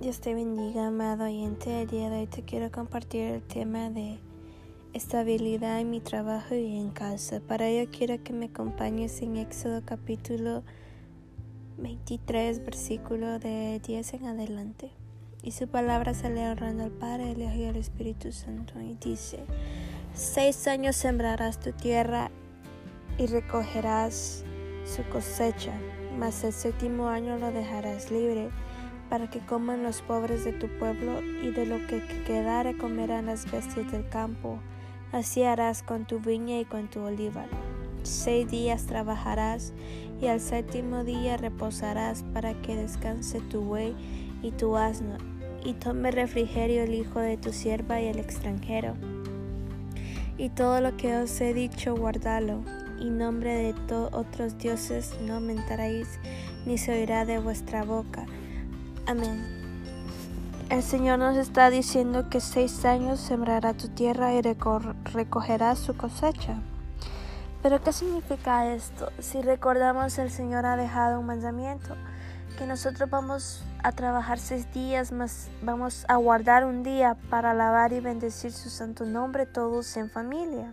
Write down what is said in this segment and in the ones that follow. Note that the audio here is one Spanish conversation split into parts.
Dios te bendiga, amado oyente. El día de hoy te quiero compartir el tema de estabilidad en mi trabajo y en casa. Para ello quiero que me acompañes en Éxodo capítulo 23, versículo de 10 en adelante. Y su palabra sale honrando al Padre, al Hijo y al Espíritu Santo. Y dice: 6 años sembrarás tu tierra y recogerás su cosecha, mas el 7º año lo dejarás libre, para que coman los pobres de tu pueblo, y de lo que quedare comerán las bestias del campo. Así harás con tu viña y con tu olíbano. 6 días trabajarás, y al 7º día reposarás, para que descanse tu buey y tu asno, y tome refrigerio el hijo de tu sierva y el extranjero. Y todo lo que os he dicho, guardalo, y nombre de otros dioses no mentaréis, ni se oirá de vuestra boca. Amén. El Señor nos está diciendo que 6 años sembrará tu tierra y recogerás su cosecha. Pero ¿qué significa esto? Si recordamos, el Señor ha dejado un mandamiento, que nosotros vamos a trabajar 6 días, más vamos a guardar un día para alabar y bendecir su santo nombre, todos en familia.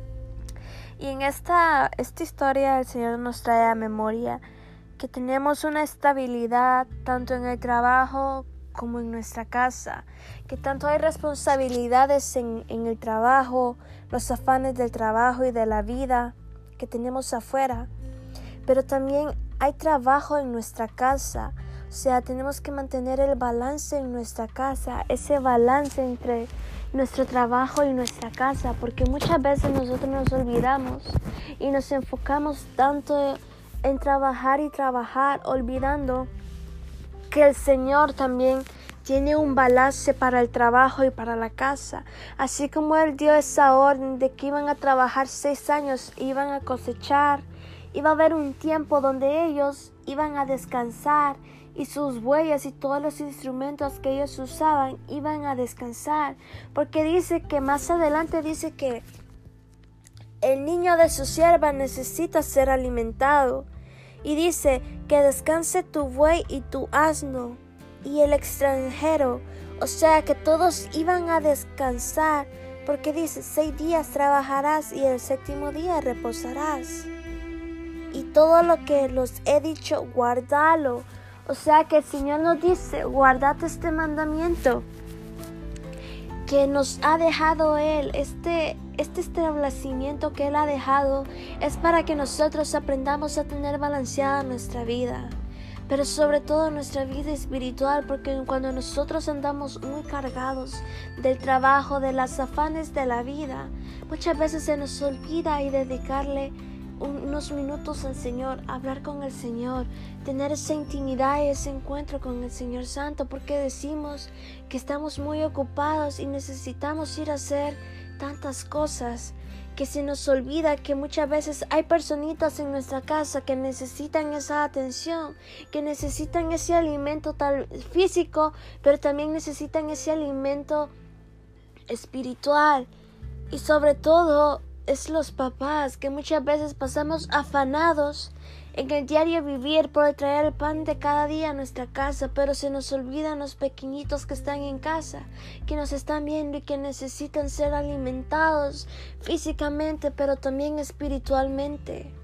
Y en esta historia el Señor nos trae a memoria que tenemos una estabilidad tanto en el trabajo como en nuestra casa, que tanto hay responsabilidades en el trabajo, los afanes del trabajo y de la vida que tenemos afuera, pero también hay trabajo en nuestra casa. O sea, tenemos que mantener el balance en nuestra casa, ese balance entre nuestro trabajo y nuestra casa, porque muchas veces nosotros nos olvidamos y nos enfocamos tanto en trabajar y trabajar, olvidando que el Señor también tiene un balance para el trabajo y para la casa. Así como Él dio esa orden de que iban a trabajar 6 años, iban a cosechar, iba a haber un tiempo donde ellos iban a descansar, y sus bueyes y todos los instrumentos que ellos usaban iban a descansar, porque dice que más adelante dice que el niño de su sierva necesita ser alimentado, y dice que descanse tu buey y tu asno y el extranjero. O sea que todos iban a descansar, porque dice 6 días trabajarás y el 7º día reposarás. Y todo lo que los he dicho, guardalo. O sea que el Señor nos dice: guardate este mandamiento que nos ha dejado Él. Este establecimiento que Él ha dejado es para que nosotros aprendamos a tener balanceada nuestra vida, pero sobre todo nuestra vida espiritual, porque cuando nosotros andamos muy cargados del trabajo, de los afanes de la vida, muchas veces se nos olvida y dedicarle unos minutos al Señor, hablar con el Señor, tener esa intimidad y ese encuentro con el Señor Santo, porque decimos que estamos muy ocupados y necesitamos ir a hacer tantas cosas, que se nos olvida que muchas veces hay personitas en nuestra casa que necesitan esa atención, que necesitan ese alimento tal físico, pero también necesitan ese alimento espiritual. Y sobre todo es los papás, que muchas veces pasamos afanados en el diario vivir por traer el pan de cada día a nuestra casa, pero se nos olvidan los pequeñitos que están en casa, que nos están viendo y que necesitan ser alimentados físicamente, pero también espiritualmente.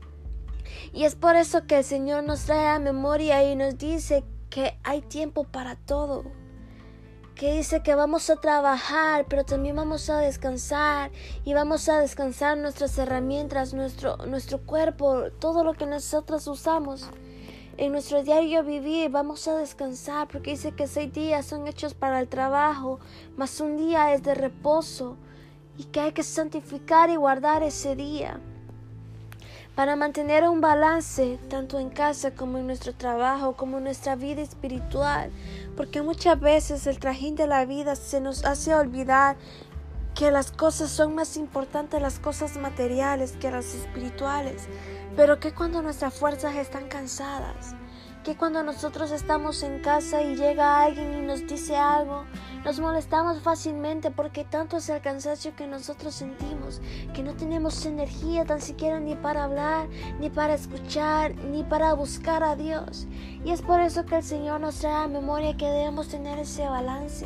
Y es por eso que el Señor nos trae a memoria y nos dice que hay tiempo para todo, que dice que vamos a trabajar, pero también vamos a descansar, y vamos a descansar nuestras herramientas, nuestro cuerpo, todo lo que nosotros usamos en nuestro diario vivir. Vamos a descansar, porque dice que 6 días son hechos para el trabajo, más un día es de reposo, y que hay que santificar y guardar ese día para mantener un balance tanto en casa como en nuestro trabajo, como en nuestra vida espiritual, porque muchas veces el trajín de la vida se nos hace olvidar que las cosas son más importantes, las cosas materiales, que las espirituales. Pero que cuando nuestras fuerzas están cansadas, que cuando nosotros estamos en casa y llega alguien y nos dice algo, nos molestamos fácilmente porque tanto es el cansancio que nosotros sentimos, que no tenemos energía tan siquiera ni para hablar, ni para escuchar, ni para buscar a Dios. Y es por eso que el Señor nos trae a memoria que debemos tener ese balance,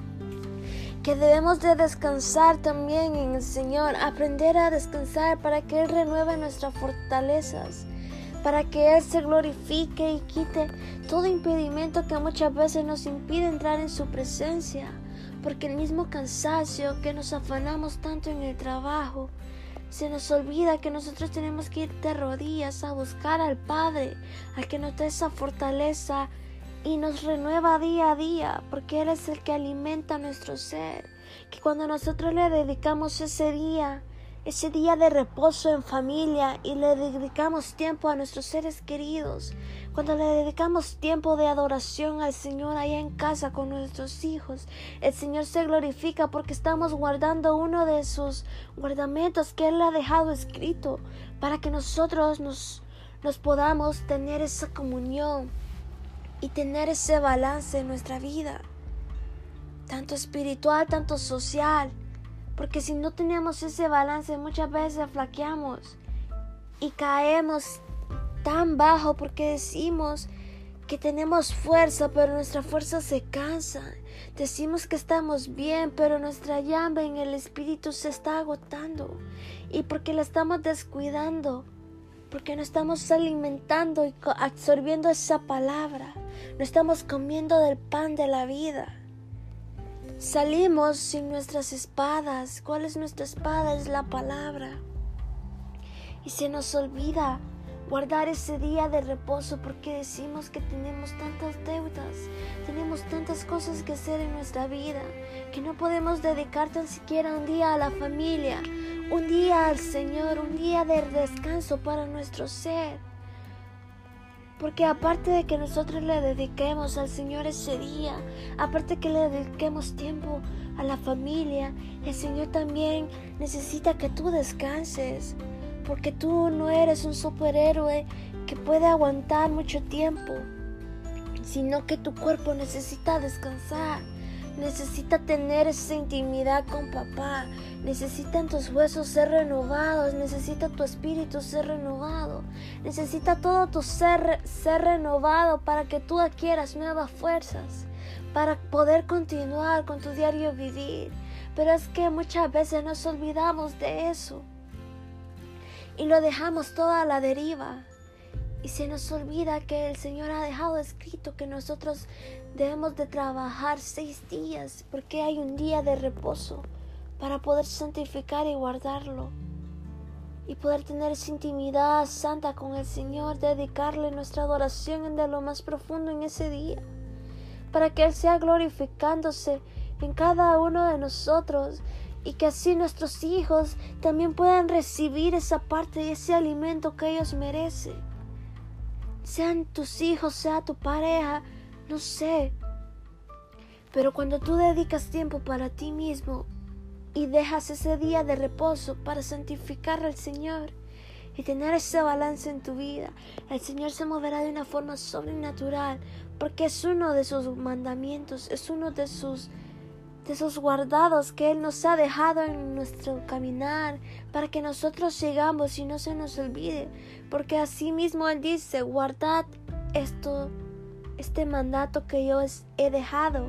que debemos de descansar también en el Señor, aprender a descansar para que Él renueve nuestras fortalezas, para que Él se glorifique y quite todo impedimento que muchas veces nos impide entrar en su presencia, porque el mismo cansancio que nos afanamos tanto en el trabajo, se nos olvida que nosotros tenemos que ir de rodillas a buscar al Padre, al que nos da esa fortaleza y nos renueva día a día, porque Él es el que alimenta nuestro ser, que cuando nosotros le dedicamos ese día de reposo en familia y le dedicamos tiempo a nuestros seres queridos, cuando le dedicamos tiempo de adoración al Señor allá en casa con nuestros hijos, el Señor se glorifica porque estamos guardando uno de sus guardamentos que Él ha dejado escrito para que nosotros nos podamos tener esa comunión y tener ese balance en nuestra vida, tanto espiritual, tanto social. Porque si no tenemos ese balance, muchas veces flaqueamos y caemos tan bajo porque decimos que tenemos fuerza, pero nuestra fuerza se cansa. Decimos que estamos bien, pero nuestra llama en el espíritu se está agotando. Y porque la estamos descuidando, porque no estamos alimentando y absorbiendo esa palabra, no estamos comiendo del pan de la vida. Salimos sin nuestras espadas. ¿Cuál es nuestra espada? Es la palabra. Y se nos olvida guardar ese día de reposo porque decimos que tenemos tantas deudas, tenemos tantas cosas que hacer en nuestra vida, que no podemos dedicar tan siquiera un día a la familia, un día al Señor, un día de descanso para nuestro ser. Porque aparte de que nosotros le dediquemos al Señor ese día, aparte que le dediquemos tiempo a la familia, el Señor también necesita que tú descanses. Porque tú no eres un superhéroe que puede aguantar mucho tiempo, sino que tu cuerpo necesita descansar. Necesita tener esa intimidad con papá. Necesitan tus huesos ser renovados. Necesita tu espíritu ser renovado. Necesita todo tu ser renovado para que tú adquieras nuevas fuerzas, para poder continuar con tu diario vivir. Pero es que muchas veces nos olvidamos de eso y lo dejamos todo a la deriva. Y se nos olvida que el Señor ha dejado escrito que nosotros debemos de trabajar 6 días, porque hay un día de reposo para poder santificar y guardarlo. Y poder tener esa intimidad santa con el Señor, dedicarle nuestra adoración de lo más profundo en ese día, para que Él sea glorificándose en cada uno de nosotros, y que así nuestros hijos también puedan recibir esa parte y ese alimento que ellos merecen. Sean tus hijos, sea tu pareja, no sé. Pero cuando tú dedicas tiempo para ti mismo y dejas ese día de reposo para santificar al Señor y tener ese balance en tu vida, el Señor se moverá de una forma sobrenatural, porque es uno de sus mandamientos, es uno de esos guardados que Él nos ha dejado en nuestro caminar, para que nosotros sigamos y no se nos olvide, porque así mismo Él dice: guardad este mandato que yo he dejado.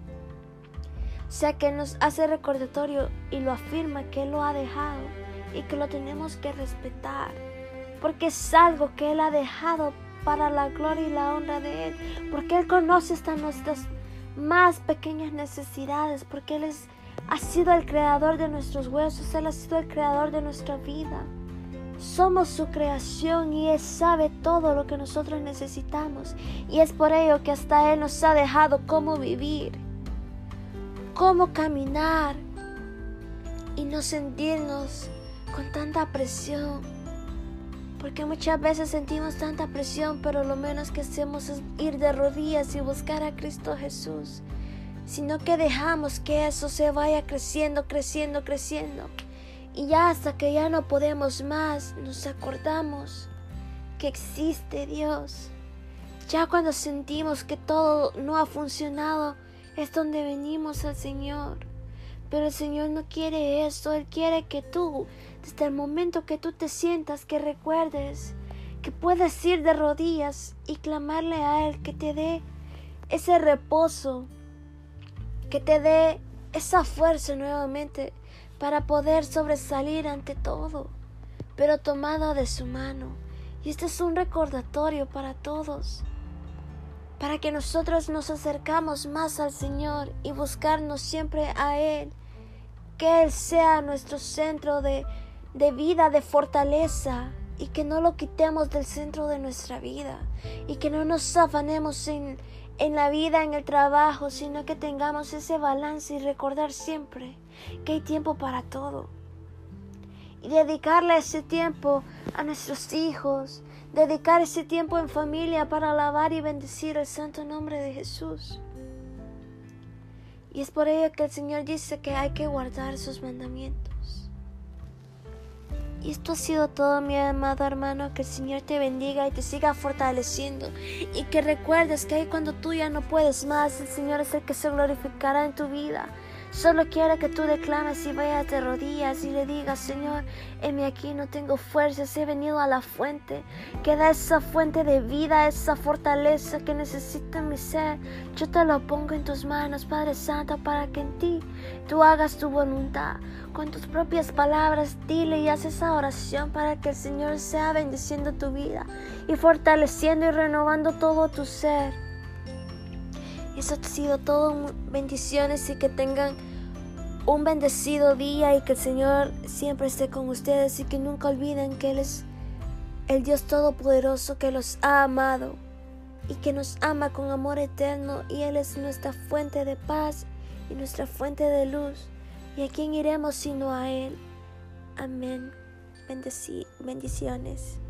O sea que nos hace recordatorio y lo afirma que Él lo ha dejado y que lo tenemos que respetar, porque es algo que Él ha dejado para la gloria y la honra de Él, porque Él conoce hasta nuestras más pequeñas necesidades, porque Él ha sido el creador de nuestros huesos, Él ha sido el creador de nuestra vida. Somos su creación y Él sabe todo lo que nosotros necesitamos, y es por ello que hasta Él nos ha dejado cómo vivir, cómo caminar y no sentirnos con tanta presión, porque muchas veces sentimos tanta presión, pero lo menos que hacemos es ir de rodillas y buscar a Cristo Jesús, sino que dejamos que eso se vaya creciendo, y ya hasta que ya no podemos más, nos acordamos que existe Dios. Ya cuando sentimos que todo no ha funcionado, es donde venimos al Señor. Pero el Señor no quiere esto. Él quiere que tú, desde el momento que tú te sientas, que recuerdes que puedes ir de rodillas y clamarle a Él que te dé ese reposo, que te dé esa fuerza nuevamente para poder sobresalir ante todo, pero tomado de su mano. Y este es un recordatorio para todos, para que nosotros nos acercamos más al Señor y buscarnos siempre a Él, que Él sea nuestro centro de vida, de fortaleza, y que no lo quitemos del centro de nuestra vida, y que no nos afanemos en la vida, en el trabajo, sino que tengamos ese balance y recordar siempre que hay tiempo para todo. Y dedicarle ese tiempo a nuestros hijos, dedicar ese tiempo en familia para alabar y bendecir el santo nombre de Jesús. Y es por ello que el Señor dice que hay que guardar sus mandamientos. Y esto ha sido todo, mi amado hermano. Que el Señor te bendiga y te siga fortaleciendo. Y que recuerdes que ahí cuando tú ya no puedes más, el Señor es el que se glorificará en tu vida. Solo quiere que tú declames y vayas de rodillas y le digas: Señor, heme aquí, no tengo fuerzas, he venido a la fuente, que da esa fuente de vida, esa fortaleza que necesita mi ser. Yo te lo pongo en tus manos, Padre Santo, para que en ti tú hagas tu voluntad. Con tus propias palabras, dile y haz esa oración para que el Señor sea bendiciendo tu vida y fortaleciendo y renovando todo tu ser. Eso ha sido todo. Bendiciones y que tengan un bendecido día, y que el Señor siempre esté con ustedes, y que nunca olviden que Él es el Dios Todopoderoso, que los ha amado y que nos ama con amor eterno, y Él es nuestra fuente de paz y nuestra fuente de luz. ¿Y a quién iremos sino a Él? Amén. Bendiciones.